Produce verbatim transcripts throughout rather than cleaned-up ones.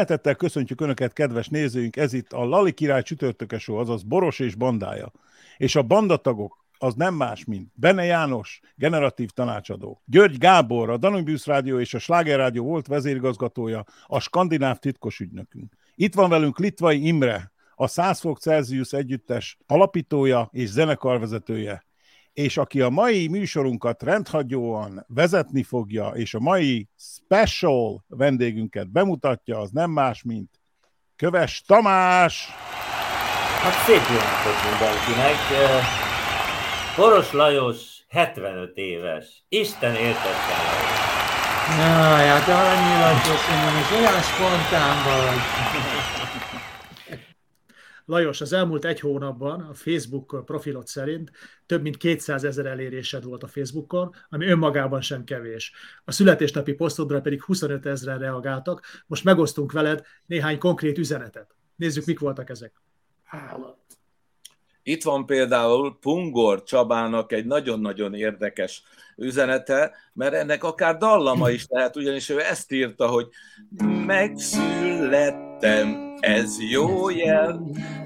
Szeretettel köszöntjük Önöket, kedves nézőink, ez itt a Lali Király csütörtöke show, azaz Boros és bandája. És a bandatagok az nem más, mint Benne János, generatív tanácsadó, György Gábor, a Danubius Rádió és a Sláger Rádió volt vezérigazgatója, a skandináv titkos ügynökünk. Itt van velünk Litvai Imre, a száz fok Celsius együttes alapítója és zenekarvezetője, és aki a mai műsorunkat rendhagyóan vezetni fogja, és a mai special vendégünket bemutatja, az nem más, mint Köves Tamás! Hát szép jó napot mindenkinek! Boros Lajos hetvenöt éves. Isten éltesse Lajos! Jaj, hát annyira köszönöm, és olyan spontán vagy! Lajos, az elmúlt egy hónapban a Facebook profilod szerint több mint kétszázezer elérésed volt a Facebookon, ami önmagában sem kevés. A születésnapi posztodra pedig huszonöt ezren reagáltak. Most megosztunk veled néhány konkrét üzenetet. Nézzük, mik voltak ezek. Itt van például Pungor Csabának egy nagyon-nagyon érdekes üzenete, mert ennek akár dallama is lehet, ugyanis ő ezt írta, hogy megszülettem, ez jó jel,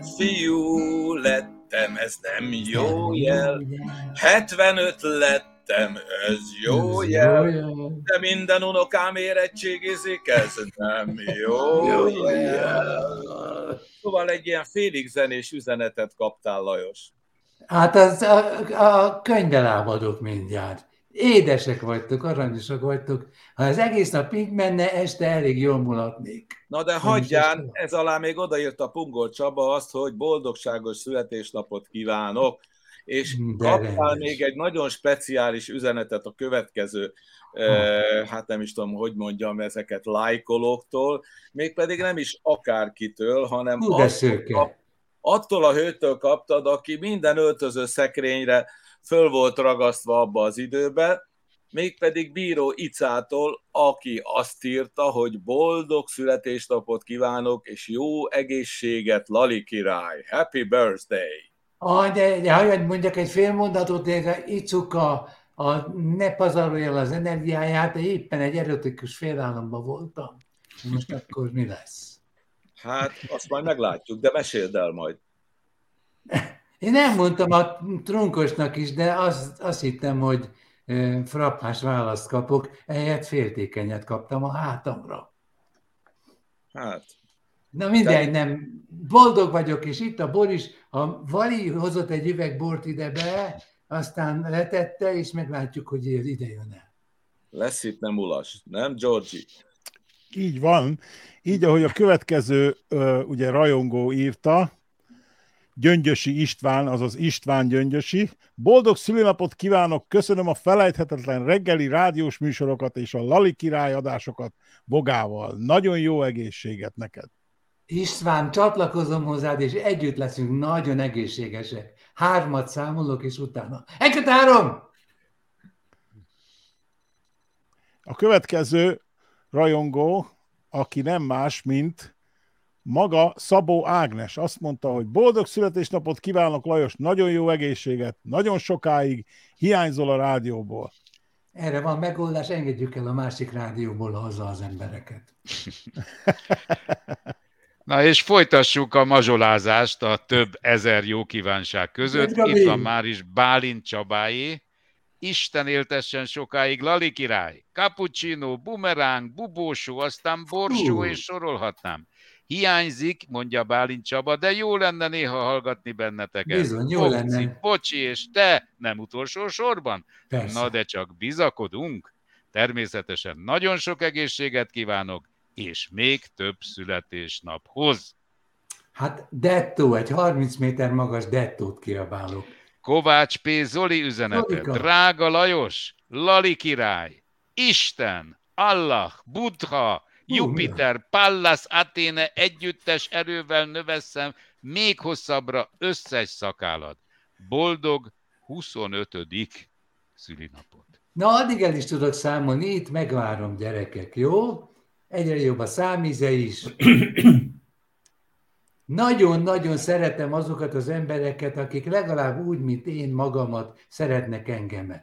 fiú lettem, ez nem jó jel, hetvenöt lettem, ez jó jel, de minden unokám érettségizik, ez nem jó jel. Szóval egy ilyen félig zenés üzenetet kaptál, Lajos. Hát az, a, a könyvbe lábadok mindjárt. Édesek vagytok, aranyosak vagytok. Ha az egész nap így menne, este elég jól mulatnék. Na de hagyján, ez alá még odaírta Pungol Csaba azt, hogy boldogságos születésnapot kívánok, és de kaptál rendes. Még egy nagyon speciális üzenetet a következő, eh, hát nem is tudom, hogy mondjam, ezeket lájkolóktól, mégpedig nem is akárkitől, hanem Hú, attól, kap, attól a hőtől kaptad, aki minden öltöző szekrényre föl volt ragasztva abba az időbe, mégpedig Bíró Icától, aki azt írta, hogy boldog születésnapot kívánok, és jó egészséget, Lali király. Happy birthday! Ah, de, de hagyj mondjak egy fél mondatot, de Icuka, a, ne pazarolj el az energiáját, de éppen egy erotikus félállamban voltam. Most akkor mi lesz? Hát, azt majd meglátjuk, de meséld el majd. Én nem mondtam a trunkosnak is, de azt, azt hittem, hogy e, frappás választ kapok, ehelyett féltékenyet kaptam a hátamra. Hát. Na mindegy, nem. Boldog vagyok, és itt a bor is, a Vali hozott egy üveg bort ide be, aztán letette, és meglátjuk, hogy ide jön el. Lesz itt nem ulas, nem, Georgi? Így van. Így, ahogy a következő ugye rajongó írta, Gyöngyösi István, azaz István Gyöngyösi. Boldog szülinapot kívánok, köszönöm a felejthetetlen reggeli rádiós műsorokat és a Lali király adásokat Bogával. Nagyon jó egészséget neked. István, csatlakozom hozzád, és együtt leszünk nagyon egészségesek. Hármat számolok, és utána. Egyet három! A következő rajongó, aki nem más, mint maga Szabó Ágnes. Azt mondta, hogy boldog születésnapot kívánok, Lajos, nagyon jó egészséget, nagyon sokáig hiányzol a rádióból. Erre van megoldás, engedjük el a másik rádióból haza az embereket. Na és folytassuk a mazsolázást a több ezer jó kívánság között. Itt van már is Bálint Csabáé. Isten éltessen sokáig Lali király, cappuccino, bumeráng, bubósó, aztán borsó, uh. és sorolhatnám. Hiányzik, mondja Bálint Csaba, de jó lenne néha hallgatni benneteket. Bizony, jó Bocsi, lenne. Bocsi, és te nem utolsó sorban? Persze. Na de csak bizakodunk. Természetesen nagyon sok egészséget kívánok, és még több születésnaphoz. Hát dettó, egy harminc méter magas dettót kiabálok. Kovács P. Zoli üzenete. Zolika. Drága Lajos, Lali király, Isten, Allah, Buddha, Jupiter, Pallas, Athéne együttes erővel növesszem még hosszabbra összes szakállat. Boldog huszonötödik szülinapot. Na, addig el is tudok számolni, itt megvárom, gyerekek, jó? Egyre jobb a számíze is. Nagyon-nagyon szeretem azokat az embereket, akik legalább úgy, mint én magamat, szeretnek engemet.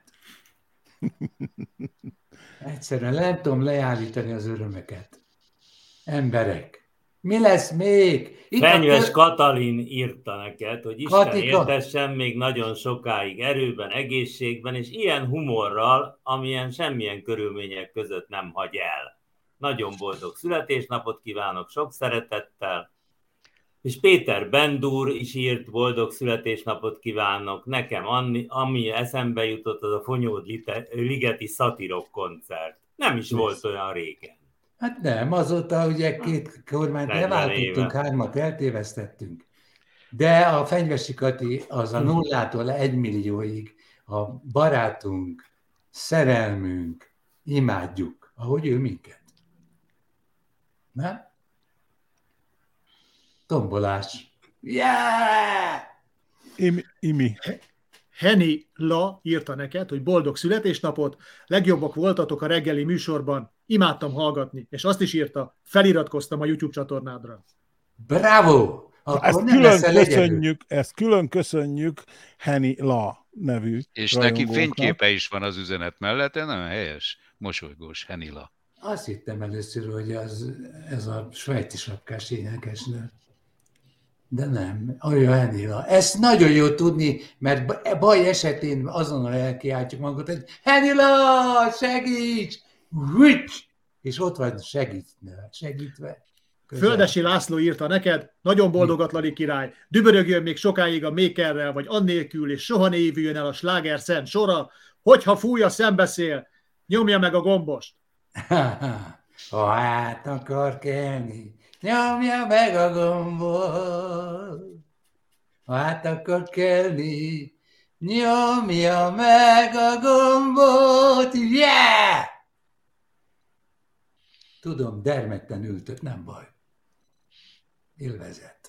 Egyszerűen nem tudom leállítani az örömöket. Emberek. Mi lesz még? Itt Fenyves a... Katalin írta neked, hogy Isten Katika. Éltessen még nagyon sokáig erőben, egészségben, és ilyen humorral, amilyen semmilyen körülmények között nem hagy el. Nagyon boldog születésnapot kívánok, sok szeretettel. És Péter Bendur is írt, boldog születésnapot kívánok. Nekem Anni, ami eszembe jutott, az a Fonyód ligeti szatirok koncert. Nem is volt olyan régen. Hát nem, azóta ugye két kormányt leváltottunk, hármat eltévesztettünk. De a Fenyvesi Kati az a nullától egy millióig a barátunk, szerelmünk, imádjuk, ahogy ő minket. Nem? Tombolás. Yeah! Imi. Imi. Henny La írta neked, hogy boldog születésnapot, legjobbak voltatok a reggeli műsorban, imádtam hallgatni, és azt is írta, feliratkoztam a YouTube csatornádra. Bravo! Ezt külön, köszönjük, ezt külön köszönjük Henny La nevű és neki fényképe is van az üzenet mellett, nagyon helyes, mosolygós Henny La. Azt hittem először, hogy az, ez a svájci sapkás énekesnő. De nem, olyan Henny La. Ezt nagyon jó tudni, mert baj esetén azonnal elkiáltjuk magunkat, hogy Henny La, segíts! És ott van segítve. segítve. Közel. Földesi László írta neked, nagyon boldogat Lali király, dübörögjön még sokáig a Makerrel, vagy annélkül, és soha ne évüljön el a sláger szent sora, hogyha fúj a szembeszél, nyomja meg a gombost. Ha át akar kelni, nyomja meg a gombot. Ha át akar kelni, nyomja meg a gombot. Yeah! Tudom, dermedten ültök, nem baj. Élvezet.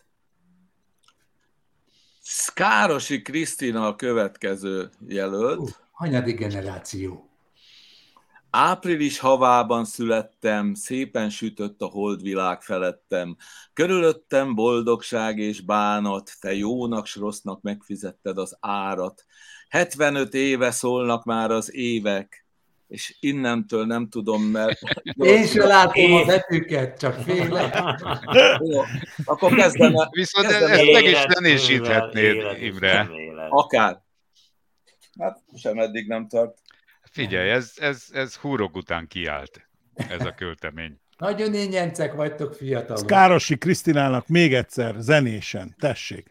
Szkárosi Krisztina a következő jelölt. Uh, hanyadik generáció. Április havában születtem, szépen sütött a holdvilág felettem. Körülöttem boldogság és bánat, te jónak s rossznak megfizetted az árat. hetvenöt éve szólnak már az évek, és innentől nem tudom, mert... Én sem látom a betűket, csak félek. Jó, akkor kezdem. Viszont kezdem ezt meg is zenésíthetnéd, Imre. Akár. Hát sem eddig nem tart. Figyelj, ez, ez, ez húrok után kiállt, ez a költemény. Nagyon ényencek vagytok, fiatalok. Szkárosi Krisztinának még egyszer zenésen, tessék.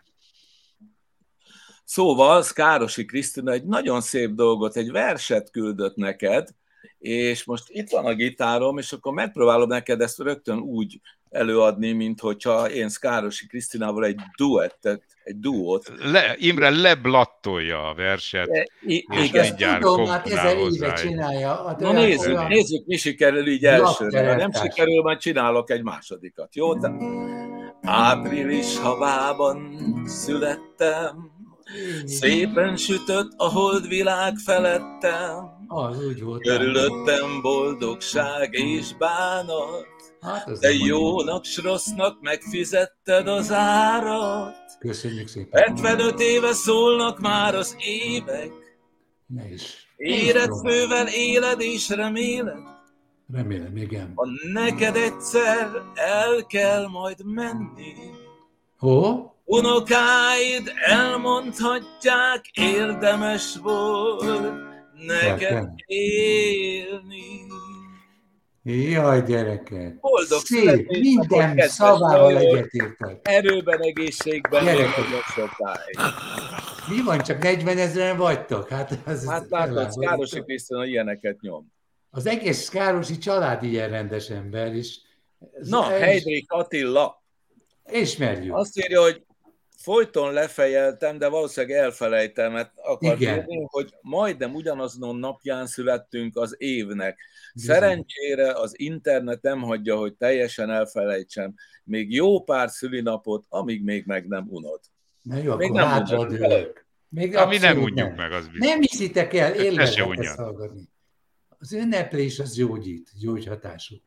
Szóval Szkárosi Krisztina egy nagyon szép dolgot, egy verset küldött neked, és most itt van a gitárom, és akkor megpróbálom neked ezt rögtön úgy előadni, mint hogyha én Szkárosi Krisztinával egy duettet, egy duót. Le, Imre leblattolja a verset, e, i- és mindjárt komponál hozzája. Na nézzük, olyan... nézzük, mi sikerül így elsőre. Ha nem sikerül, majd csinálok egy másodikat. Jó? De... Április havában születtem, szépen sütött a holdvilág felettem, az úgy volt. Körülöttem boldogság és bánat, hát de jónak s rossznak megfizetted az árat. Köszönjük szépen. hetvenöt éve szólnak már az évek, ne is. Életfővel éled és reméled. Remélem, igen. Ha neked egyszer el kell majd menni, Hó? Unokáid elmondhatják, érdemes volt neked élni. Jaj, gyerekek! Boldog szép, minden szavával egyetértek. Erőben, egészségben, gyerekek. sokáig. Mi van, csak negyven ezeren vagytok? Hát, az hát látod, Szkárosi Krisztina ilyeneket nyom. Az egész szkárosi család ilyen rendes ember is. Na, ez... Heydrich Attila. Ismerjük. Azt írja, hogy folyton lefejeltem, de valószínűleg elfelejtem, mert akart írni, hogy majdnem ugyanazon napján születtünk az évnek. Szerencsére az internet nem hagyja, hogy teljesen elfelejtsem. Még jó pár szülinapot, amíg még meg nem unod. Na jó, még nem unod. Még ami nem unjuk nem. meg, az biztos. Nem hiszitek el, élvezet ezt hallgatni. Az ünneplés az gyógyít, gyógyhatású.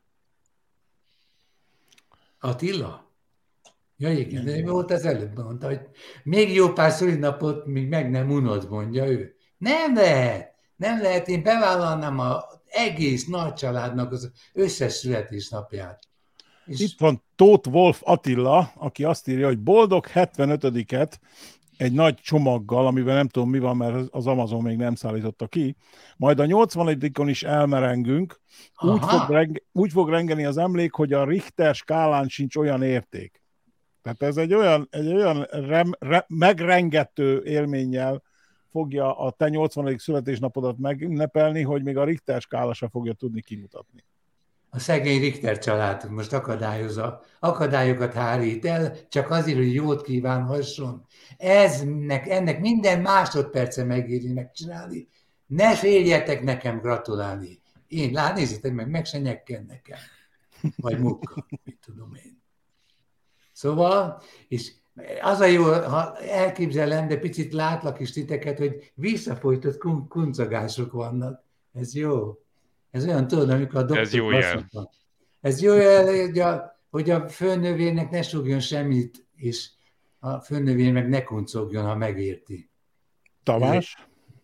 Attila? Ja igen, de volt az előbb mondta, hogy még jó pár szülinapot, míg meg nem unod, mondja ő. Nem lehet, nem lehet, én bevállalnám az egész nagy családnak az összes születésnapját. És... Itt van Tóth Wolf Attila, aki azt írja, hogy boldog hetvenötödiket egy nagy csomaggal, amivel nem tudom mi van, mert az Amazon még nem szállította ki, majd a nyolcvanadikon is elmerengünk, úgy fog, reng, úgy fog rengeni az emlék, hogy a Richter skálán sincs olyan érték. Tehát ez egy olyan, egy olyan rem, re, megrengető élménnyel fogja a te nyolcvanadik születésnapodat megünnepelni, hogy még a Richter skála se fogja tudni kimutatni. A szegény Richter család most akadályozza, akadályokat hárít el, csak azért, hogy jót kívánhasson. Eznek, ennek minden másodperce megéri megcsinálni. Ne féljetek nekem gratulálni. Én, lát, nézzétek meg, meg se nyekken nekem. Vagy mukka, mit tudom én. Szóval, és az a jó, ha elképzelem, de picit látlak is titeket, hogy visszafolytott kun- kuncagások vannak. Ez jó. Ez olyan, tudod, amikor a doktor... Ez jó jel. Ez jó jel, hogy a, hogy a főnövénynek ne súgjon semmit, és a főnövény meg ne kuncogjon, ha megérti. Tamás?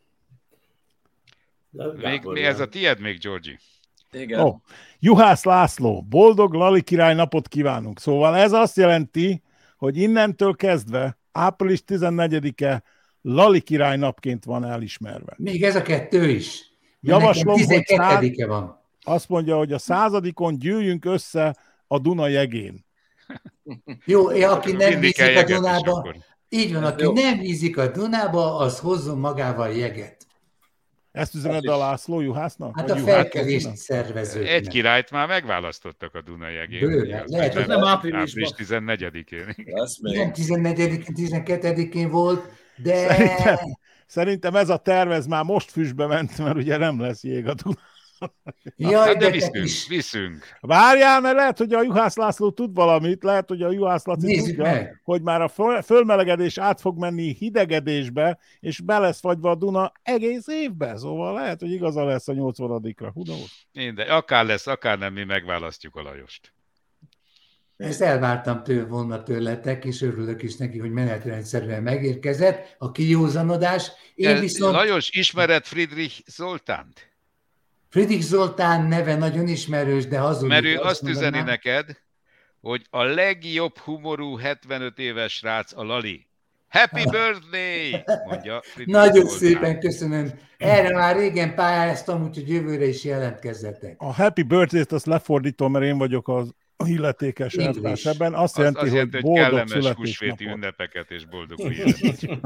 Még, mi ez a tied még, Georgi? Igen. Oh. Juhász László, boldog Lali király napot kívánunk. Szóval ez azt jelenti, hogy innentől kezdve április tizennegyedike Lali király napként van elismerve. Még ez a kettő is. Javaslom, hogy száz... van. Azt mondja, hogy a századikon gyűjjünk össze a Duna jegén. Jó, aki nem vízik a Dunába, így van, aki nem vízik a Dunába, az hozzon magával jeget. Ezt üzened a László Juhásznak? Hát a felkelést szervezőknek. Egy királyt már megválasztottak a Duna jegén. Bőven, lehet, hogy nem április tizennegyedikén. Igen, tizennegyedikén, tizenkettedikén volt, de... Szerintem, szerintem ez a terv, ez már most füstbe ment, mert ugye nem lesz jég a Duna. Jaj, hát de, de viszünk, is. viszünk. Várjál, mert lehet, hogy a Juhász László tud valamit, lehet, hogy a Juhász Laci Nézzük tudja, meg. hogy már a föl, fölmelegedés át fog menni hidegedésbe, és be lesz fagyva a Duna egész évbe, szóval lehet, hogy igaza lesz a nyolcvanadikra. Minden, akár lesz, akár nem, mi megválasztjuk a Lajost. Ezt elvártam tőle volna tőletek, és örülök is neki, hogy menetrendszerűen megérkezett a kijózanodás. Én viszont... Lajos, ismered Friedrich Zoltánt? Friedrich Zoltán neve nagyon ismerős, de hazudik. Mert ő azt, azt mondanám, üzeni neked, hogy a legjobb humorú hetvenöt éves srác a Lali. Happy birthday! Mondja Friedrich Nagyon Zoltán. szépen köszönöm. Erre már régen pályáztam, úgyhogy jövőre is jelentkezzetek. A Happy Birthday-t azt lefordítom, mert én vagyok az illetékes elvtárs ebben. Azt jelenti, az, az hogy, hogy boldog kellemes húsvéti ünnepeket és boldog új évet.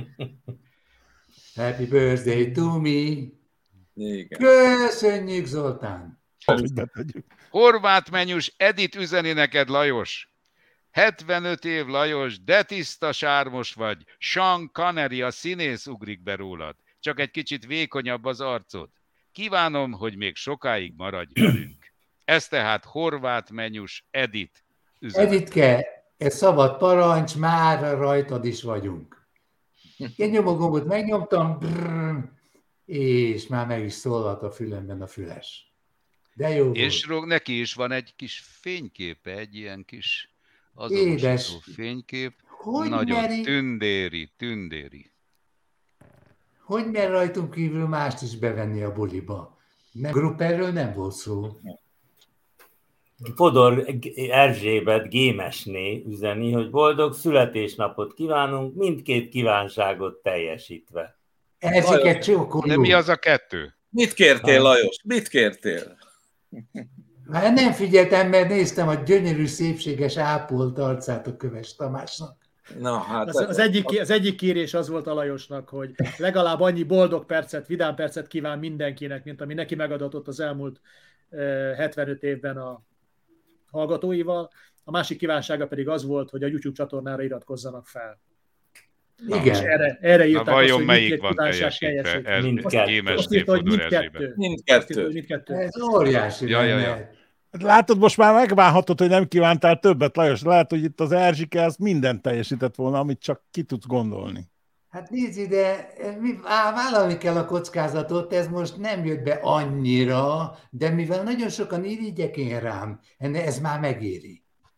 Happy birthday to me! Igen. Köszönjük, Zoltán! Horváth Menyus Edit üzeni neked, Lajos. hetvenöt év, Lajos, de tiszta sármos vagy. Sean Connery, a színész ugrik be rólad. Csak egy kicsit vékonyabb az arcod. Kívánom, hogy még sokáig maradj velünk. Ez tehát Horváth Menyus Edit üzenet. Editke, ez szabad parancs, már rajtad is vagyunk. Én nyomógombot megnyomtam, brrr, és már meg is szólalt a fülemben a füles. De jó És volt. neki is van egy kis fényképe, egy ilyen kis Édes. azonosító fénykép. Hogy Nagyon meri, tündéri, tündéri. hogy mer rajtunk kívül mást is bevenni a buliba? Nem, Grupperről nem volt szó. Fodor Erzsébet Gémesné üzeni, hogy boldog születésnapot kívánunk, mindkét kívánságot teljesítve. Erzsiket csókoljuk. De mi az a kettő? Mit kértél, Lajos? Mit kértél? Hát nem figyeltem, mert néztem a gyönyörű, szépséges, ápolt arcát a Köves Tamásnak. Na, hát Az, az, egyik, az egyik kérés az volt a Lajosnak, hogy legalább annyi boldog percet, vidám percet kíván mindenkinek, mint ami neki megadatott az elmúlt hetvenöt évben a hallgatóival. A másik kívánsága pedig az volt, hogy a YouTube csatornára iratkozzanak fel. Igen. És erre, erre írták. Na vajon azt, hogy melyik van teljesítve? Ez Mindkettő. Azt írta, hogy mindkettő. Mindkettő. mindkettő. Ez óriási. Ja, ja, lenne. ja. Látod, most már megválhatod, hogy nem kívántál többet, Lajos. Lehet, hogy itt az Erzsike az mindent teljesített volna, amit csak ki tudsz gondolni. Hát nézd ide, mi, á, vállalni kell a kockázatot, ez most nem jött be annyira, de mivel nagyon sokan irigyek én rám, ez már megéri.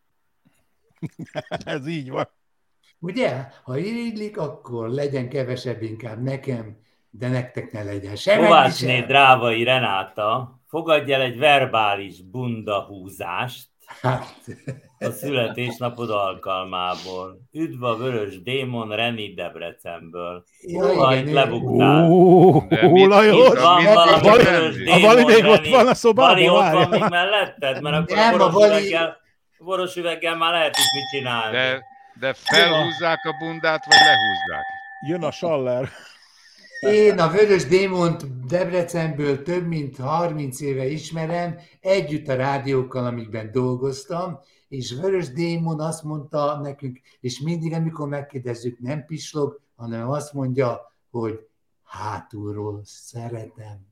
Ez így van. Ugye? Ha irigylik, akkor legyen kevesebb inkább nekem, de nektek ne legyen. Sem Kovácsné Drávai Renáta, fogadj el egy verbális bundahúzást, Hát. A születésnapod alkalmából. Üdv a Vörös Démon, Reni Debrecenből. Hova itt lebuktál? Ó, Lajos! A Vali még ott van a szobában? Vali ott van még melletted? Mert akkor nem, a boros, üveggel, boros üveggel már lehet is mit csinálni. De, de felhúzzák a bundát, vagy lehúzzák? Jön a saller. Én a Vörös Démont Debrecenből több mint harminc éve ismerem, együtt a rádiókkal, amikben dolgoztam, és Vörös Démon azt mondta nekünk, és mindig, amikor megkérdezzük, nem pislog, hanem azt mondja, hogy hátulról szeretem.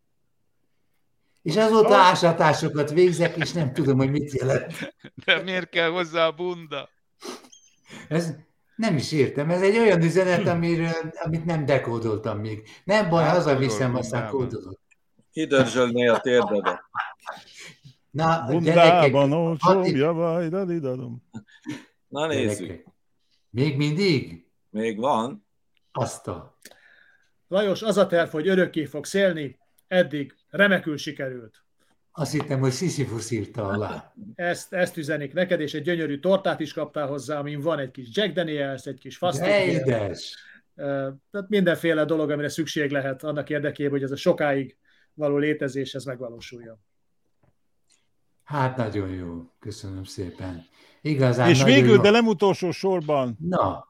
És azóta ásatásokat végzek, és nem tudom, hogy mit jelent. De miért kell hozzá a bunda? Ez nem is értem. Ez egy olyan üzenet, amiről, amit nem dekódoltam még. Nem baj, hazaviszem, aztán kódolok. Kidörzsölné a térdedet. Na, bundában olcsóbja vagy, dadidadom. Na nézzük. Gyerekek. Még mindig? Még van. Azt a... Lajos, az a terv, hogy örökké fogsz élni, eddig remekül sikerült. Azt hittem, hogy Sisyphus írta alá. Ezt, ezt üzenik neked, és egy gyönyörű tortát is kaptál hozzá, amin van egy kis Jack Daniels, egy kis fasztik. Édes! Tehát mindenféle dolog, amire szükség lehet annak érdekében, hogy ez a sokáig való létezés, ez megvalósuljon. Hát nagyon jó. Köszönöm szépen. Igazán és végül, jó. De nem utolsó sorban. Na.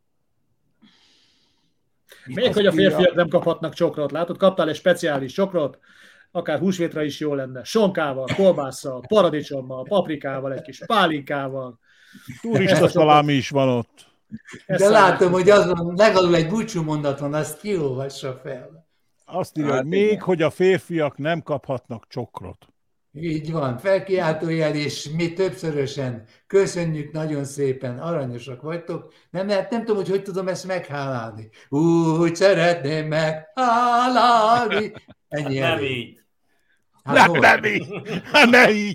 Még hogy a férfiak nem kaphatnak csokrot. Látod, kaptál egy speciális csokrot, akár húsvétra is jó lenne. Sonkával, kolbásszal, paradicsommal, paprikával, egy kis pálinkával. Turista szalámi is van ott. De látom, hogy azon legalább egy búcsú mondat van, azt kiolvassa fel. Azt írja, hát, hogy még, igen. Hogy a férfiak nem kaphatnak csokrot. Így van, felkiáltójel, és mi többszörösen köszönjük nagyon szépen, aranyosak vagytok. Nem, nem, nem tudom, hogy hogy tudom ezt meghálálni. Úgy szeretném meghálálni. Ennyi nem elég. Így. Hát nem, nem így. Hát nem így.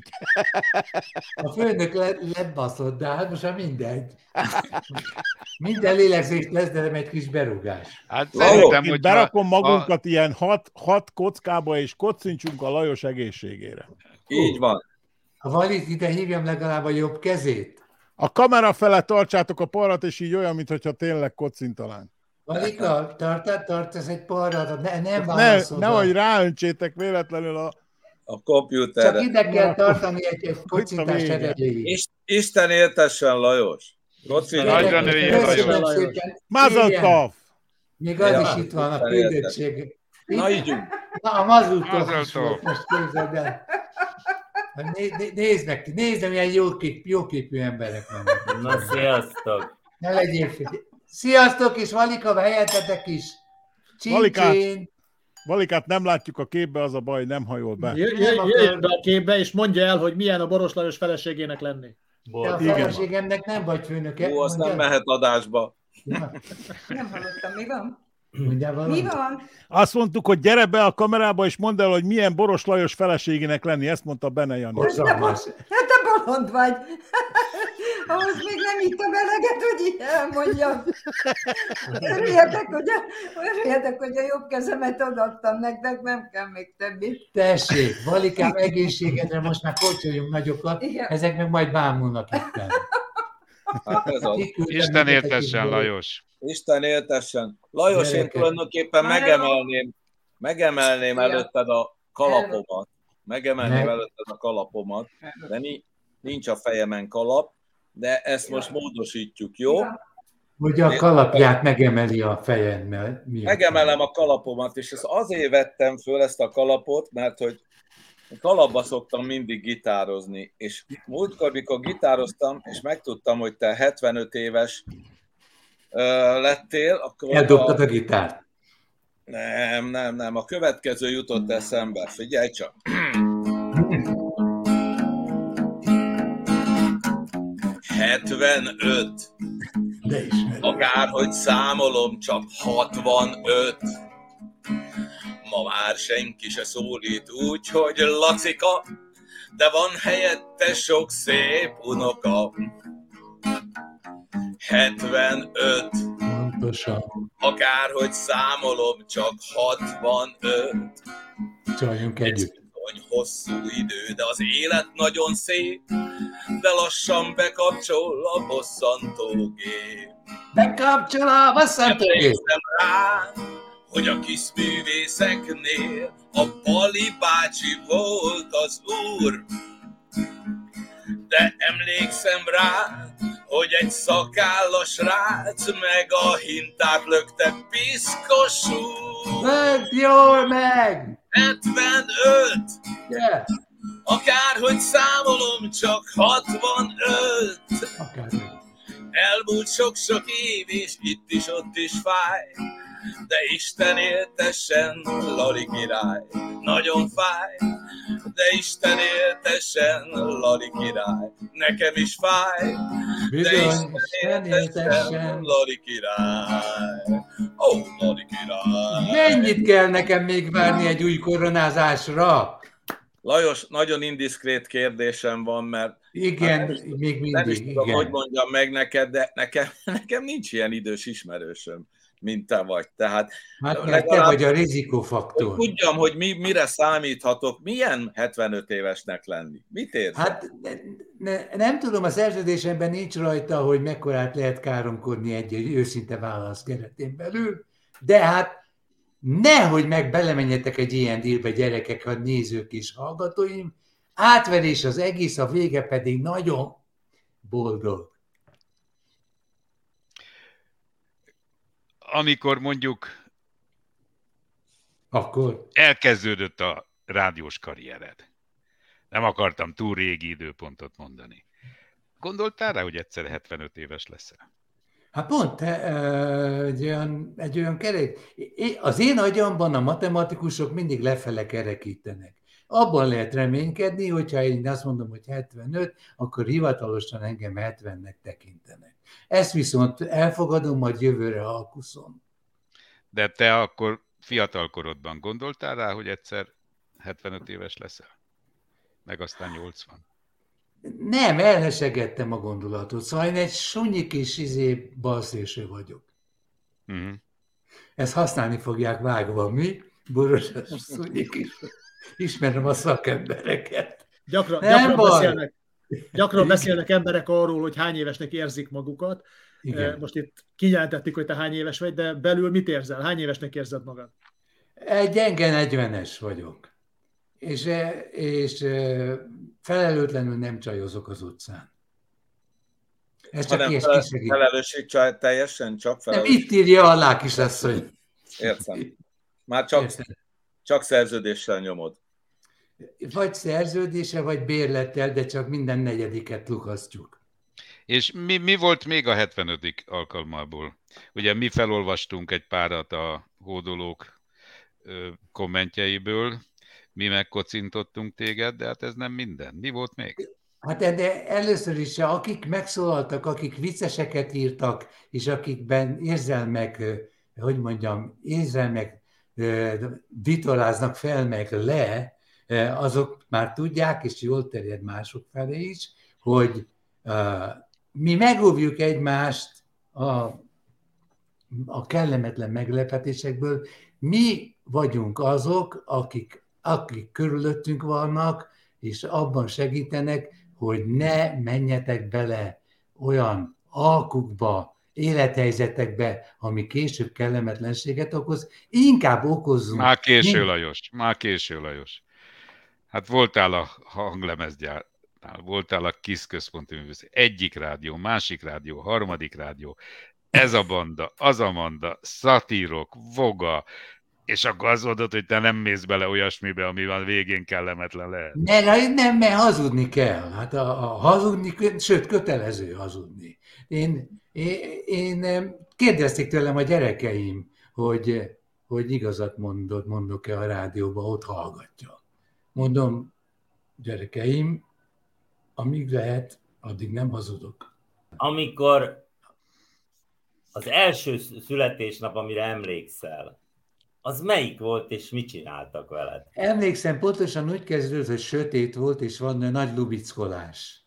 A főnök le, lebaszott, de hát most már mindegy. Minden lélegzést lesz, de nem egy kis berúgás. Hát szerintem, hogy berakom magunkat a... ilyen hat, hat kockába, és kocincsunk a Lajos egészségére. Így van. A Valit ide hívjam legalább a jobb kezét. A kamera felett tartsátok a parrat, és így olyan, mintha tényleg kocintanánk. Valika, tartad, tartasz egy parrat, ne, nem válaszol. Ne, nehogy ráöntsétek véletlenül a... a kompjúterre. Csak ide kell tartani egy, egy kocintás erejéig. Isten éltessen, Lajos. Nagyra nőjél, Lajos. Mazaltov! Még az ja, is itt van, a küldöttség. Na, ígyünk. Na, a Mazaltov is volt, most képzeld el. Né, né, nézd meg, nézd meg, milyen jókép, jóképű emberek vannak. Na, sziasztok! Ne legyél figyelj. Sziasztok, és Valika, helyettetek is. Valikát, Valikát nem látjuk a képbe, az a baj, nem hajol be. Jöjj, jöjj, jöjj be a képbe, és mondja el, hogy milyen a Boros Lajos feleségének lenni. Te a feleségemnek nem vagy főnöke. Ó, azt nem mehet adásba. Ja. Nem hallottam, mi van? Mi van? Azt mondtuk, hogy gyere be a kamerába, és mondd el, hogy milyen Boros Lajos feleségének lenni. Ezt mondta Bene Jani. Hát te bolond vagy. Ahhoz még nem ittam eleget, hogy így elmondjam. Örüljetek, hogy a, örüljetek, hogy a jobb kezemet odaadtam nektek, nem kell még többit. Tessék, Valikám, egészségedre most már kocsoljunk nagyokat, igen. Ezek meg majd bámulnak itt. Hát ez az. Isten éltessen, Lajos. Isten éltessen. Lajos, én tulajdonképpen megemelném, megemelném előtted a kalapomat. Megemelném előtted a kalapomat, de nincs a fejemen kalap, de ezt most módosítjuk, jó? Hogy a kalapját megemeli a fejemmel. Megemelem a kalapomat, és ezt azért vettem föl ezt a kalapot, mert hogy kalapba szoktam mindig gitározni, és múltkor, mikor gitároztam, és megtudtam, hogy te hetvenöt éves uh, lettél, akkor... Eldobtad a... a gitárt? Nem, nem, nem. A következő jutott eszembe. Figyelj csak! hetvenöt. De ismerem. Akárhogy számolom, csak hatvanöt. Ma már senki se szólít úgy, hogy Lacika, de van helyette sok szép unoka. hetvenöt. Pontosan. Akárhogy számolom, csak hatvanöt. Csaljunk együtt. bizony hosszú idő, de az élet nagyon szép, de lassan bekapcsol a bosszantógép. Bekapcsol a bosszantógép! Emlékszem rá, hogy a kis művészeknél a Bali bácsi volt az úr. De emlékszem rá, hogy egy szakállas rác meg a hintát lökte piszkos úr. Lökt jól meg! hetvenöt! Yeah. Akárhogy számolom, csak hatvanöt. Akárhogy. Elmúlt sok-sok év, és itt is, ott is fáj, de Isten éltessen, Lali király, nagyon fáj, de Isten éltessen, Lali király, nekem is fáj, de Isten éltessen, Lali király, ó, Lali király. Mennyit kell nekem még várni egy új koronázásra? Lajos, nagyon indiszkrét kérdésem van, mert igen, hát, még mindig, nem is tudom, igen. hogy mondjam meg neked, de nekem, nekem nincs ilyen idős ismerősöm, mint te vagy. Tehát hát mert te vagy a rizikófaktor. Hogy tudjam, hogy mi, mire számíthatok, milyen hetvenöt évesnek lenni. Mit érzel? Hát ne, ne, nem tudom, a szerződésemben nincs rajta, hogy mekkorát lehet káromkodni egy, egy őszinte válasz keretén belül, de hát nehogy meg belemenjetek egy ilyen dílbe, gyerekek, a nézők és hallgatóim, átverés az egész, a vége pedig nagyon boldog. Amikor mondjuk akkor elkezdődött a rádiós karriered, nem akartam túl régi időpontot mondani. Gondoltál rá, hogy egyszer hetvenöt éves leszel? Hát pont egy olyan, egy olyan kerek. Az én agyamban a matematikusok mindig lefele kerekítenek. Abban lehet reménykedni, hogyha én azt mondom, hogy hetvenöt, akkor hivatalosan engem hetvennek tekintenek. Ezt viszont elfogadom, majd jövőre alkuszom. De te akkor fiatalkorodban gondoltál rá, hogy egyszer hetvenöt éves leszel? Meg aztán nyolcvan? Nem, elhesegettem a gondolatot. Szóval én egy sunyi kis izé balszélső vagyok. Uh-huh. Ezt használni fogják vágva, mi? Borosas sunyi kis. Ismerem a szakembereket. Gyakran, gyakran, beszélnek, gyakran beszélnek emberek arról, hogy hány évesnek érzik magukat. Igen. Most itt kijelentették, hogy te hány éves vagy, de belül mit érzel? Hány évesnek érzed magad? Egy gyenge negyvenes vagyok. És, és felelőtlenül nem csajozok az utcán. Ez csak ilyen kisegít. Felelősség teljesen, csak felelősség. Nem, itt írja alá, kisasszony. Értem. Már csak, csak szerződéssel nyomod. Vagy szerződése, vagy bérlettel, de csak minden negyediket lukasztjuk. És mi, mi volt még a hetvenödik alkalmából? Ugye mi felolvastunk egy párat a hódolók kommentjeiből, mi megkocintottunk téged, de hát ez nem minden. Mi volt még? Hát de először is, akik megszólaltak, akik vicceseket írtak, és akikben érzelmek, hogy mondjam, érzelmek vitorláznak fel meg le, azok már tudják, és jól terjed mások felé is, hogy mi megóvjuk egymást a, a kellemetlen meglepetésekből. Mi vagyunk azok, akik, akik körülöttünk vannak, és abban segítenek, hogy ne menjetek bele olyan alkukba, élethelyzetekbe, ami később kellemetlenséget okoz, inkább okozzunk. Már késő, Mind... Lajos, már késő, Lajos. Hát voltál a hanglemezgyárnál, voltál a KISZ központi művészet, egyik rádió, másik rádió, harmadik rádió, ez a banda, az a banda, szatírok, voga, és akkor azt mondod, hogy te nem mész bele olyasmibe, ami van végén kellemetlen lehet. Nem, nem, mert hazudni kell. Hát a, a hazudni, sőt, kötelező hazudni. Én, én, én kérdezték tőlem a gyerekeim, hogy, hogy igazat mondod, mondok-e a rádióba, ott hallgatja. Mondom, gyerekeim, amíg lehet, addig nem hazudok. Amikor az első születésnap, amire emlékszel, az melyik volt, és mit csináltak veled? Emlékszem, pontosan úgy kezdődött, hogy sötét volt, és van nagy lubickolás.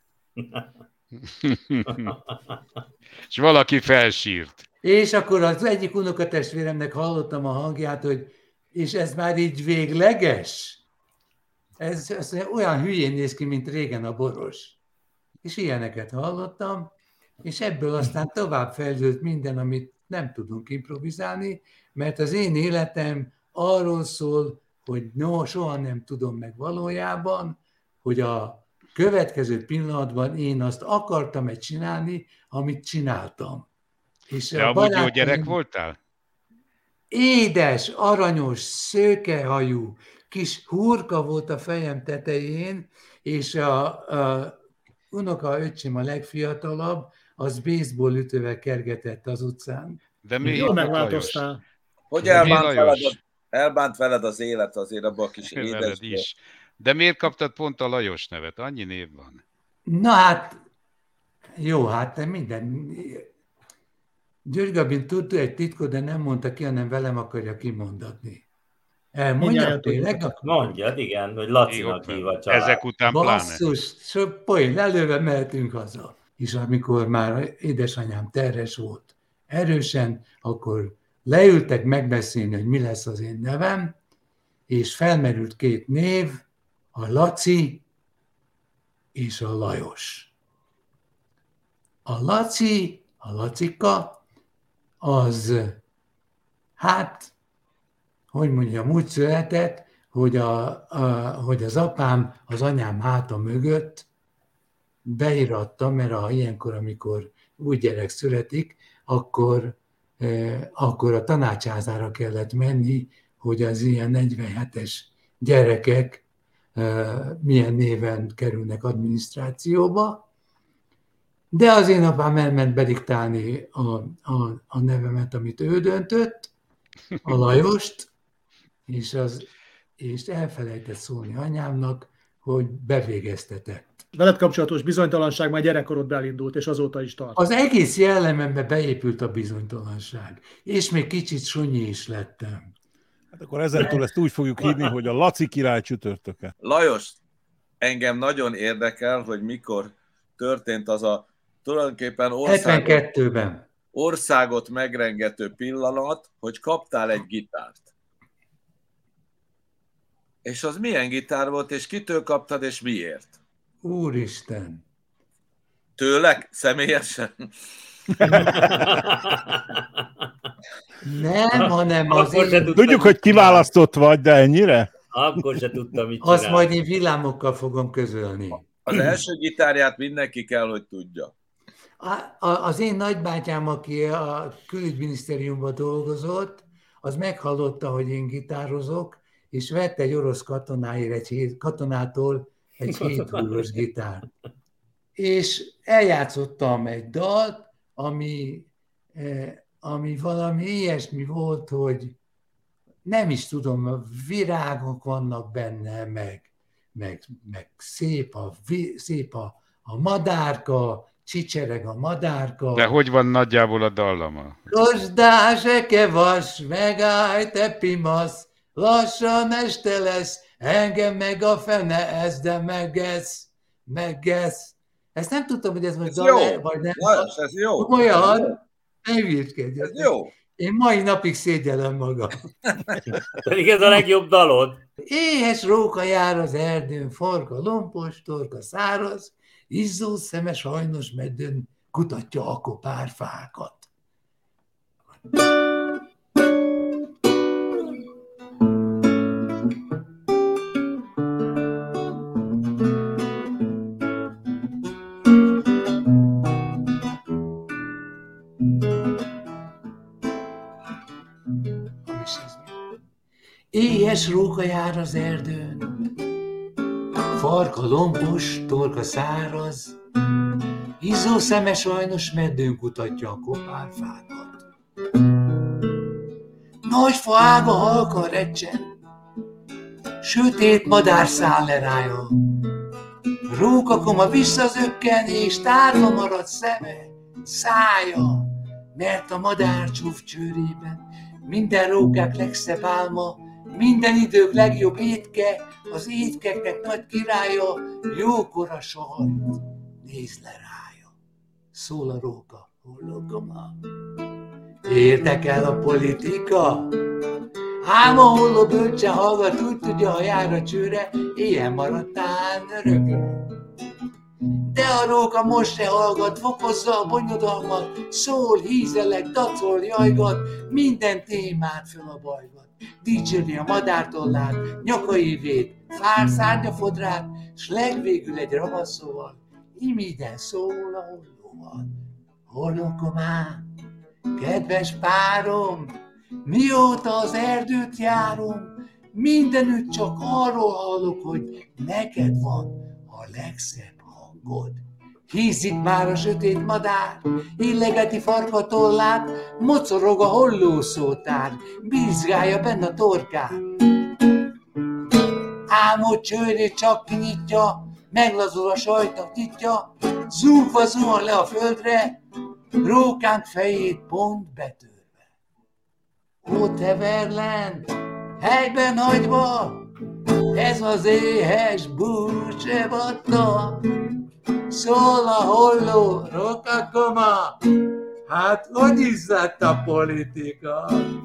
És valaki felsírt. És akkor az egyik unokatestvéremnek hallottam a hangját, hogy és ez már így végleges? ez, ez olyan hülyén néz ki, mint régen a Boros. És ilyeneket hallottam, és ebből aztán tovább fejlődött minden, amit nem tudunk improvizálni, mert az én életem arról szól, hogy no, soha nem tudom meg valójában, hogy a következő pillanatban én azt akartam-e csinálni, amit csináltam. És de amúgy barátaim... jó gyerek voltál? Édes, aranyos, szőkehajú, kis hurka volt a fejem tetején, és a, a unoka öcsém a legfiatalabb, az baseball ütővel kergetett az utcán. De mi jól megváltoztál. Hogy elbánt veled, az, elbánt veled az élet azért abban a kis édesből. Is. De miért kaptad pont a Lajos nevet? Annyi név van. Na hát, jó, hát minden... György Gabin tudta egy titkot, de nem mondta ki, hanem velem akarja kimondatni. Elmondja tényleg? Mondjad, igen, hogy Lacinak hív a család. Ezek után basszus, pláne. Poén, előve mehetünk haza. És amikor már édesanyám terhes volt erősen, akkor leültek megbeszélni, hogy mi lesz az én nevem, és felmerült két név, a Laci és a Lajos. A Laci, a Lacika, az, hát, hogy mondjam, úgy született, hogy, a, a, hogy az apám az anyám háta mögött beíratta, mert a, ilyenkor, amikor új gyerek születik, akkor, eh, akkor a tanácsházára kellett menni, hogy az ilyen negyvenhetes gyerekek eh, milyen néven kerülnek adminisztrációba. De az én apám elment bediktálni a, a, a nevemet, amit ő döntött, a Lajost, és, az, és elfelejtett szólni anyámnak, hogy bevégeztetett. Veled kapcsolatos bizonytalanság már gyerekkorodban elindult, és azóta is tart. Az egész jellemembe beépült a bizonytalanság, és még kicsit sunyi is lettem. Hát akkor ezentúl ezt úgy fogjuk hívni, hogy a Laci király csütörtöke. Lajos, engem nagyon érdekel, hogy mikor történt az a tulajdonképpen országot, hetvenkettőben. országot megrengető pillanat, hogy kaptál egy gitárt. És az milyen gitár volt, és kitől kaptad, és miért? Úristen! Tőlek? Személyesen? Nem, hanem az én... Tudjuk, hogy kiválasztott vagy, de ennyire? Akkor se tudtam, mit csinálni. Azt majd én villámokkal fogom közölni. Az első gitárját mindenki kell, hogy tudja. A, a, az én nagybátyám, aki a külügyminisztériumban dolgozott, az meghallotta, hogy én gitározok, és vett egy orosz katonáért egy hét, katonától egy héthúrós gitárt. És eljátszottam egy dalt, ami, eh, ami valami ilyesmi volt, hogy nem is tudom, virágok vannak benne, meg, meg, meg szép, a, szép a, a madárka, csicsereg a madárka. De hogy van nagyjából a dallama? Rozsdás, eke vas, megállj, te pimasz, lassan este lesz, engem meg a fene, ez de megesz, megesz. Ezt nem tudtam, hogy ez most dal, vagy nem. Lajos, ez jó. Olyan, ne hülyéskedj. Ez jó. Én mai napig szégyellem magam. Pedig ez a legjobb dalod. Éhes róka jár az erdőn, farka lompos, torka száraz, izzó szeme sajnos meddőn kutatja a kopárfákat. Éhes róka jár az erdőn, farka lompos, torka száraz, izzó szeme sajnos meddőn kutatja a kopárfákat. Nagy fa ága halka recsen, sötét madár száll le rája. Rókakoma visszazökken, és tárva marad szeme, szája, mert a madár csúf csőrében minden rókák legszebb álma, minden idők legjobb étke, az étkeknek nagy királya, jókora sajt, nézd le rája. Szól a róka, hullogoma. Érdekel a politika? Ám a holló bölcse hallgat, úgy tudja, ha jár a csőre, ilyen maradtál örökre. De a róka most se hallgat, fokozza a bonyodalmat, szól, hízelek, dacol, jajgat, minden témát föl a bajgat. Dicsérni a madártollát, nyakaivét, fár szárnyafodrát, s legvégül egy ravaszóval, imiden szól a hollóval. Hollókomám, kedves párom, mióta az erdőt járom, mindenütt csak arról hallok, hogy neked van a legszebb hangod. Hízik már a sötét madár, illegeti farkatollát, mocorog a hollószótár, bízgálja benne a torkát. Álmod csőrét csak kinyitja, meglazul a sajtnak nyitja, zúgva zuhan le a földre, rókánk fejét pont betörve. Ó, te Verlend, helyben hagyva, ez az éhes búcsevata, szól a holló, rokakoma, hát hogy is lett a politika?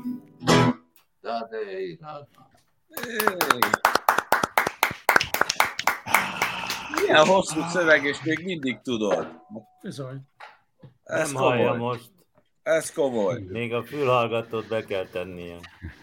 Milyen hosszú szöveg, és még mindig tudod. Bizony. Ez Nem hallja komoly. most. Ez komoly. Még a fülhallgatót be kell tennie.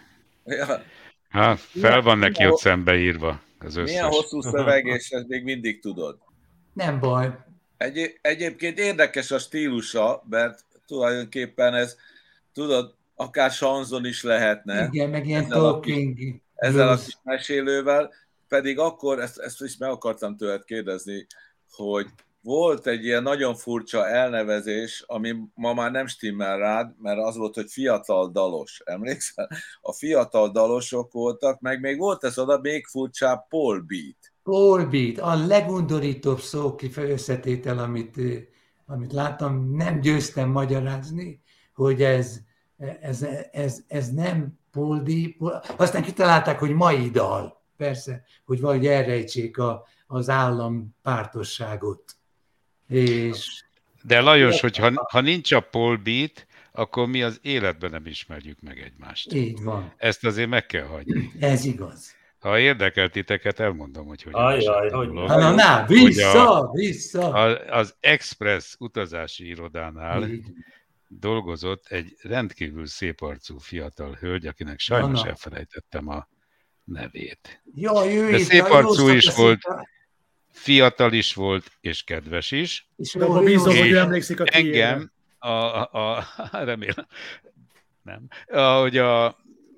Ja. Hát, fel van neki ott szembeírva az összes. Milyen hosszú szöveg, és ezt még mindig tudod. Nem baj. Egy, egyébként érdekes a stílusa, mert tulajdonképpen ez, tudod, akár sanzon is lehetne. Igen, meg ilyen ezzel talking. A, ezzel a kis mesélővel, pedig akkor, ezt, ezt is meg akartam tőled kérdezni, hogy volt egy ilyen nagyon furcsa elnevezés, ami ma már nem stimmel rád, mert az volt, hogy fiatal dalos. Emlékszel? A fiatal dalosok voltak, meg még volt ez oda még furcsább Paul Beat. Paul Beat, a legundorítóbb szókifejezhetétel, amit, amit láttam, nem győztem magyarázni, hogy ez, ez, ez, ez nem Paul Beat. Aztán kitalálták, hogy mai dal. Persze, hogy valahogy elrejtsék a, az állam pártosságot. És... De Lajos, hogy ha, ha nincs a Paul Beat, akkor mi az életben nem ismerjük meg egymást. Így van. Ezt azért meg kell hagyni. Ez igaz. Ha érdekel titeket, elmondom, hogy hogyan Ajaj, esett a hogy... dolog. Na, na, vissza, a, vissza! A, az Express utazási irodánál Így. dolgozott egy rendkívül szép arcú fiatal hölgy, akinek sajnos Anna. elfelejtettem a nevét. Jaj, ő De itt, szép a arcú jó is szakasz volt, itt. fiatal is volt, és kedves is. És De abban bízom, hogy ő emlékszik a tiédre. Engem, a, a, a, remélem, nem, ahogy a,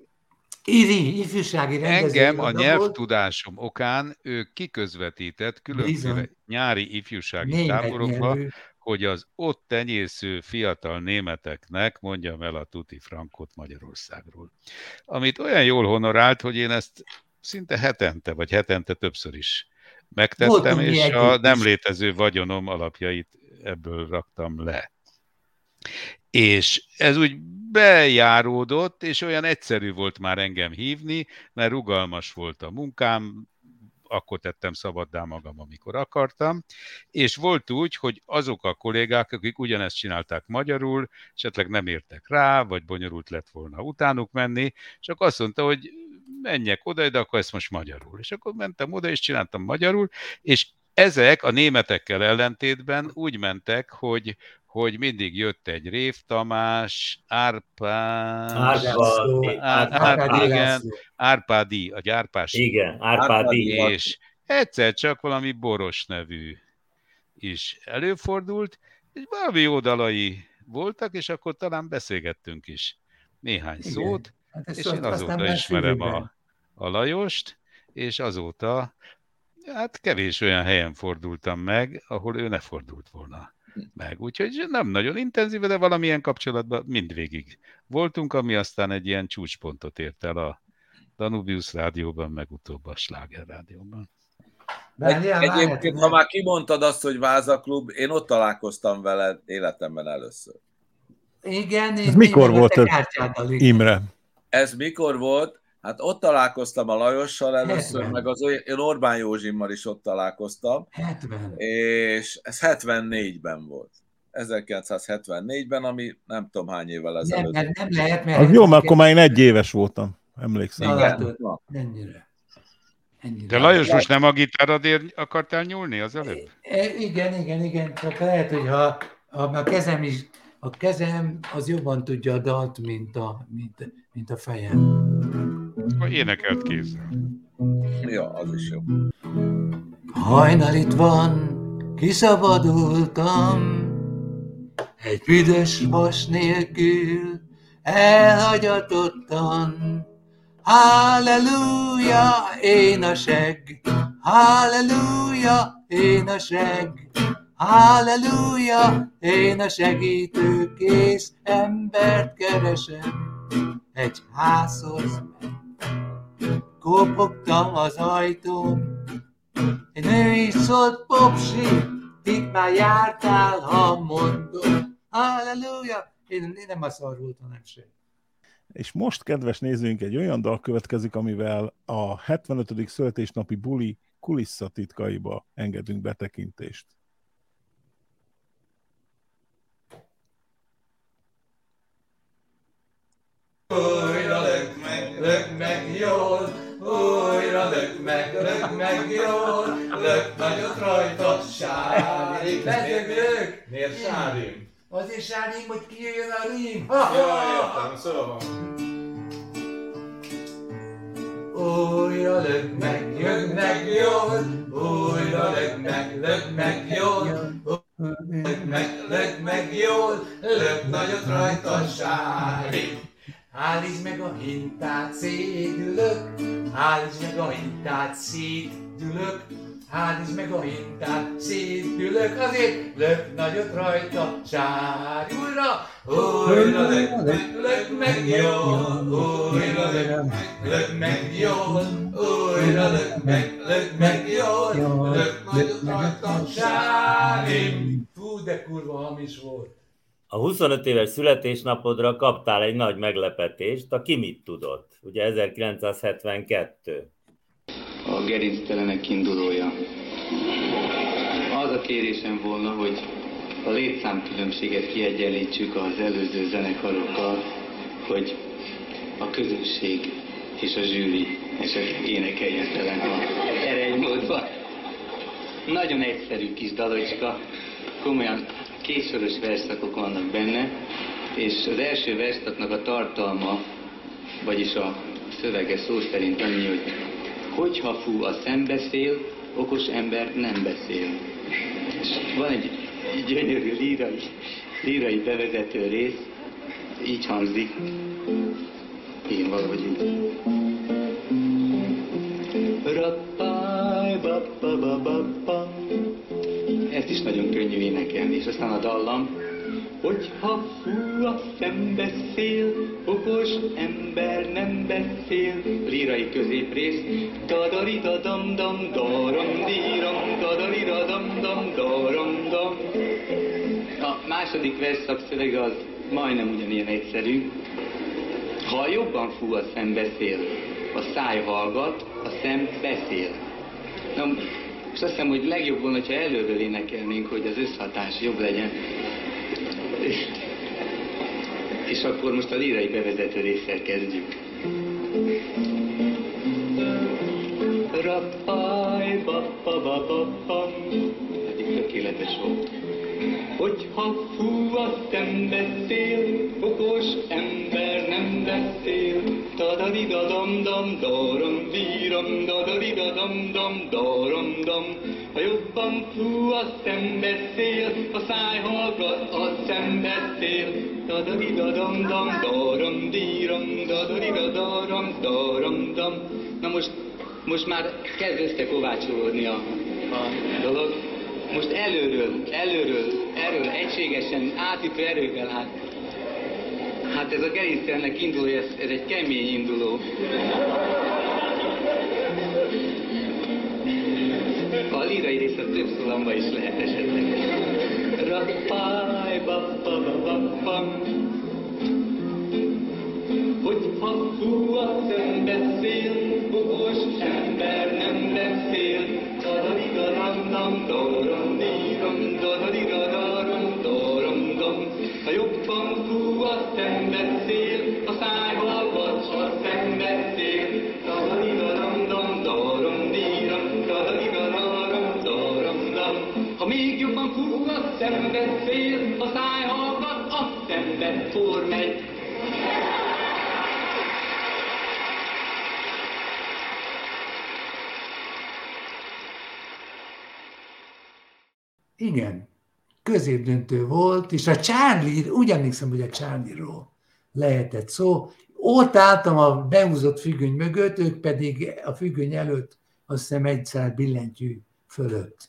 Iri, ifjúsági rendező. engem a volt. nyelvtudásom okán ő kiközvetített különféle Bizony. nyári ifjúsági Német táborokba, nyelvű. hogy az ott tenyésző fiatal németeknek mondjam el a tuti frankot Magyarországról. Amit olyan jól honorált, hogy én ezt szinte hetente, vagy hetente többször is megtettem, Voltunk mi és együtt a is. nem létező vagyonom alapjait ebből raktam le. És ez úgy bejáródott, és olyan egyszerű volt már engem hívni, mert rugalmas volt a munkám, akkor tettem szabaddá magam, amikor akartam, és volt úgy, hogy azok a kollégák, akik ugyanezt csinálták magyarul, esetleg nem értek rá, vagy bonyolult lett volna utánuk menni, csak azt mondta, hogy menjek oda, de akkor ezt most magyarul. És akkor mentem oda, és csináltam magyarul, és ezek a németekkel ellentétben úgy mentek, hogy, hogy mindig jött egy Rév Tamás, Árpád, Árpád, Árpád, igen, Árpádi, a Árpás. Igen, Árpádi. És egyszer csak valami Boros nevű is előfordult, és valami jó dalai voltak, és akkor talán beszélgettünk is néhány Igen. szót, Hát és én azóta ismerem a, a Lajost, és azóta hát kevés olyan helyen fordultam meg, ahol ő ne fordult volna meg. Úgyhogy nem nagyon intenzív, de valamilyen kapcsolatban mindvégig voltunk, ami aztán egy ilyen csúcspontot ért el a Danubius rádióban, meg utóbb a Sláger rádióban. Egy, egyébként, ha már kimondtad azt, hogy Vázaklub, én ott találkoztam vele életemben először. Igen, ez mikor volt ez, Imre? Ez mikor volt? Hát ott találkoztam a Lajossal először, hetven. Meg az én Orbán Józsimmal is ott találkoztam. hetven. És ez hetvennégyben volt. ezerkilencszázhetvennégyben, ami nem tudom hány évvel ezelőtt. Nem, nem lehet, mert az jó, mert akkor már én egy éves voltam. emlékszem. Na, látod, ennyire. ennyire. De Lajos, most nem a gitáradért akartál nyúlni az előbb? E, igen, igen, igen, csak lehet, hogy ha, ha a kezem is, a kezem az jobban tudja a dalt, mint a, mint, mint a fejem. Ha énekelt kézzel. Ja, az is jó. Hajnal itt van, kiszabadultam, egy büdös vas nélkül, elhagyatottan. Halleluja, én a segg, halleluja, én a segg, halleluja, én a segítőkész embert keresem. Egy házhoz kopogtam az ajtón, egy nő is szólt, popsi, itt már jártál, ha mondom. Halleluja, én, én nem a szar volt, hanem sem. És most, kedves nézőink, egy olyan dal következik, amivel a hetvenötödik születésnapi buli kulisszatitkaiba engedünk betekintést. Újra lök meg, lök meg jól, újra lök meg, lök meg jól, lök nagyot rajta, sárim. Lök, miért sárim? Azért sárim, hogy kijöjjön a rím. Jaj, értem, szóval. Újra lök meg, lök meg jól, újra lök meg, lök meg jól, lök meg, lök meg jól, lök nagyot rajta, sárim. Állítsd meg a hintát, szédülök, állítsd meg a hintát, szédülök, állítsd meg a hintát, szédülök, azért lök nagyot rajta, sárj újra, újra lök meg, lök meg jól, újra lök meg, lök meg jól, újra lök meg, lök meg jól, lök nagyot rajta, sárj. Fú, de kurva hamis volt. A huszonöt éves születésnapodra kaptál egy nagy meglepetést, a Ki mit tudott, ugye ezerkilencszázhetvenkettő. A gerinctelenek indulója. Az a kérésem volna, hogy a létszámkülönbséget kiegyenlítsük az előző zenekarokkal, hogy a közönség és a zsűri esetleg énekeljen telen a erejmódban. Nagyon egyszerű kis dalocska, komolyan kétsoros versszakok vannak benne, és az első versszaknak a tartalma, vagyis a szövege szó szerint annyi, hogy hogyha fú a szembeszél, okos ember nem beszél. És van egy gyönyörű lírai, lírai bevezető rész, így hangzik, én valahogy így. Rappáj, bappa, bappa. Ezt is nagyon könnyű énekelni, és aztán a dallam. Hogyha fú a szembeszél, okos ember nem beszél. Lírai középrész. Dadarida dam dam daram díram, dadarida dam dam daram dam. A második versszak szövege az majdnem ugyanilyen egyszerű. Ha jobban fú a szembeszél, a száj hallgat, a szem beszél. Na, és azt hiszem, hogy legjobb volna, ha előről énekelnénk, hogy az összhatás jobb legyen. És akkor most a lírai bevezető résszel kezdjük. Rappaj, bappa, bappa, eddig tökéletes volt. Hogyha fú a szembeszél, okos ember nem beszél. Dadarida dam dam daram díram, dadarida dam dam daram dam. Ha jobban fú a szembeszél, a száj hallgat, a szembeszél. Dadarida dam dam daram díram, dadarida daram daram dam. Na most, most már kezd összekovácsolódni a, a dolog. Most előről, előről, erről egységesen, átütő erővel, hát, hát ez a gerinctelenek induló, ez, ez egy kemény induló. A lírai rész a több szólamba is lehet esetleg. Rappáj, bappa, bappa. Hogyha fú a szembeszél, okos ember nem beszél. Dadarida dam dam daram díram, dadarida daram daram dam. Ha jobban fú a szembeszél, a száj hallgat, a szembeszél. a szenved fél, a száj hallgat, a szenved for megy. Igen, középdöntő volt, és a Charlie, úgy emlékszem, hogy a Charlie-ról lehetett szó. Ott álltam a behúzott függöny mögött, ők pedig a függöny előtt, azt hiszem egyszer billentyű fölött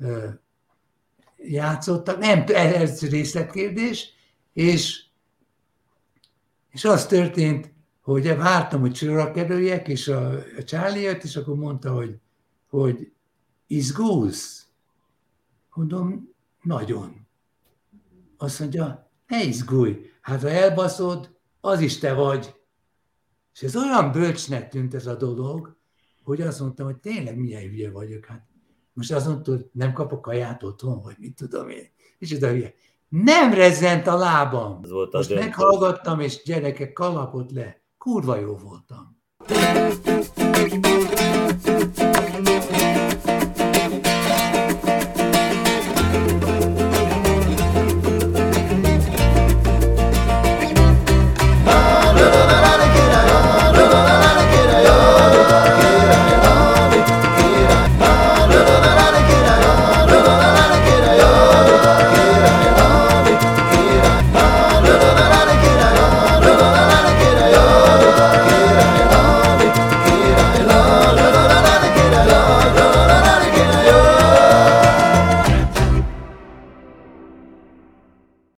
játszottak. Nem, ez részletkérdés, és, és az történt, hogy vártam, hogy sorra kerüljek, és a, a Charlie jött, és akkor mondta, hogy, hogy izgulsz? Mondom, nagyon. Azt mondja, ne izgulj, hát ha elbaszod, az is te vagy. És ez olyan bölcsnek tűnt ez a dolog, hogy azt mondtam, hogy tényleg milyen hülye vagyok. Hát most azt mondta, hogy nem kapok kaját otthon, vagy mit tudom én. És oda hülye. Nem rezzent a lábam. Most döntő. Meghallgattam, és gyerekek kalapott le. Kurva jó voltam.